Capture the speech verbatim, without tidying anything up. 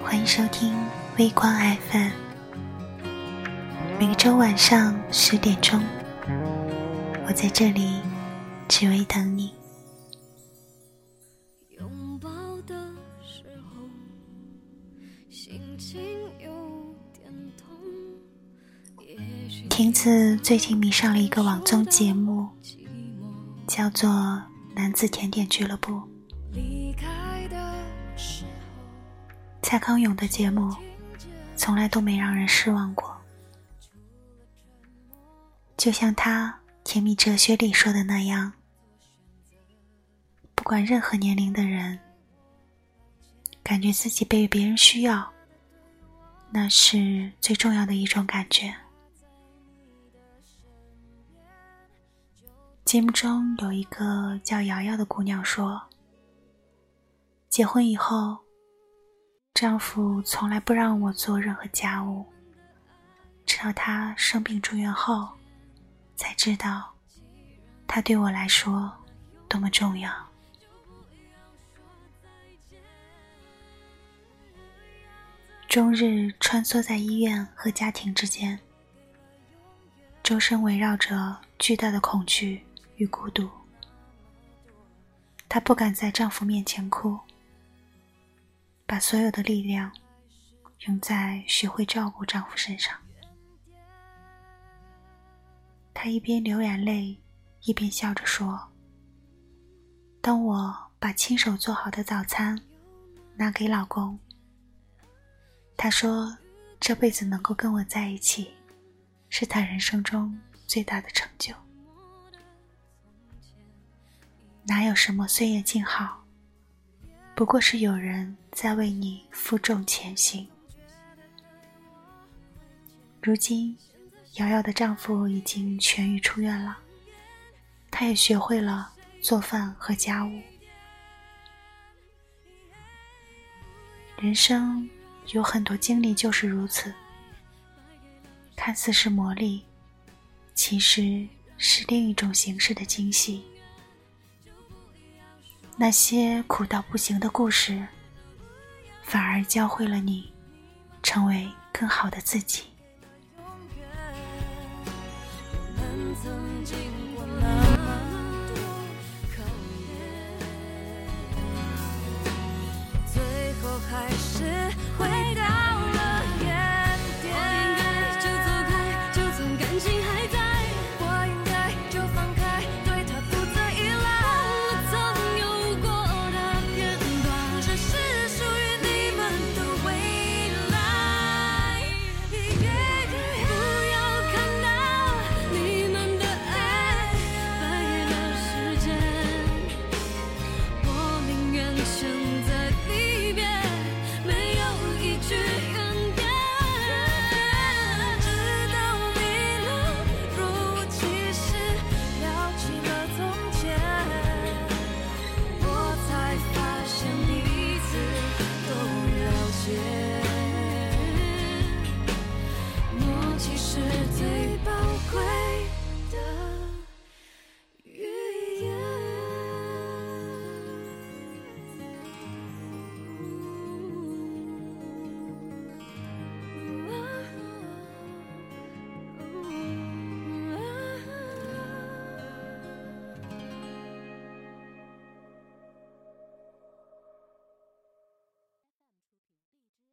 欢迎收听微光 F M， 每个周晚上十点钟，我在这里只为等你。 拥抱的时候，心情有点痛。 亭子最近迷上了一个网综节目，叫做《男子甜点俱乐部》。蔡康永的节目从来都没让人失望过，就像他《甜蜜哲学》里说的那样，不管任何年龄的人，感觉自己被别人需要，那是最重要的一种感觉。节目中有一个叫瑶瑶的姑娘说，结婚以后，丈夫从来不让我做任何家务，直到他生病住院后，才知道他对我来说多么重要。终日穿梭在医院和家庭之间，周身围绕着巨大的恐惧与孤独。她不敢在丈夫面前哭，把所有的力量用在学会照顾丈夫身上。她一边流眼泪，一边笑着说，当我把亲手做好的早餐拿给老公，他说这辈子能够跟我在一起，是他人生中最大的成就。哪有什么岁月静好，不过是有人在为你负重前行。如今瑶瑶的丈夫已经痊愈出院了，她也学会了做饭和家务。人生有很多经历就是如此，看似是磨砺，其实是另一种形式的惊喜。那些苦到不行的故事，反而教会了你成为更好的自己。 最后还是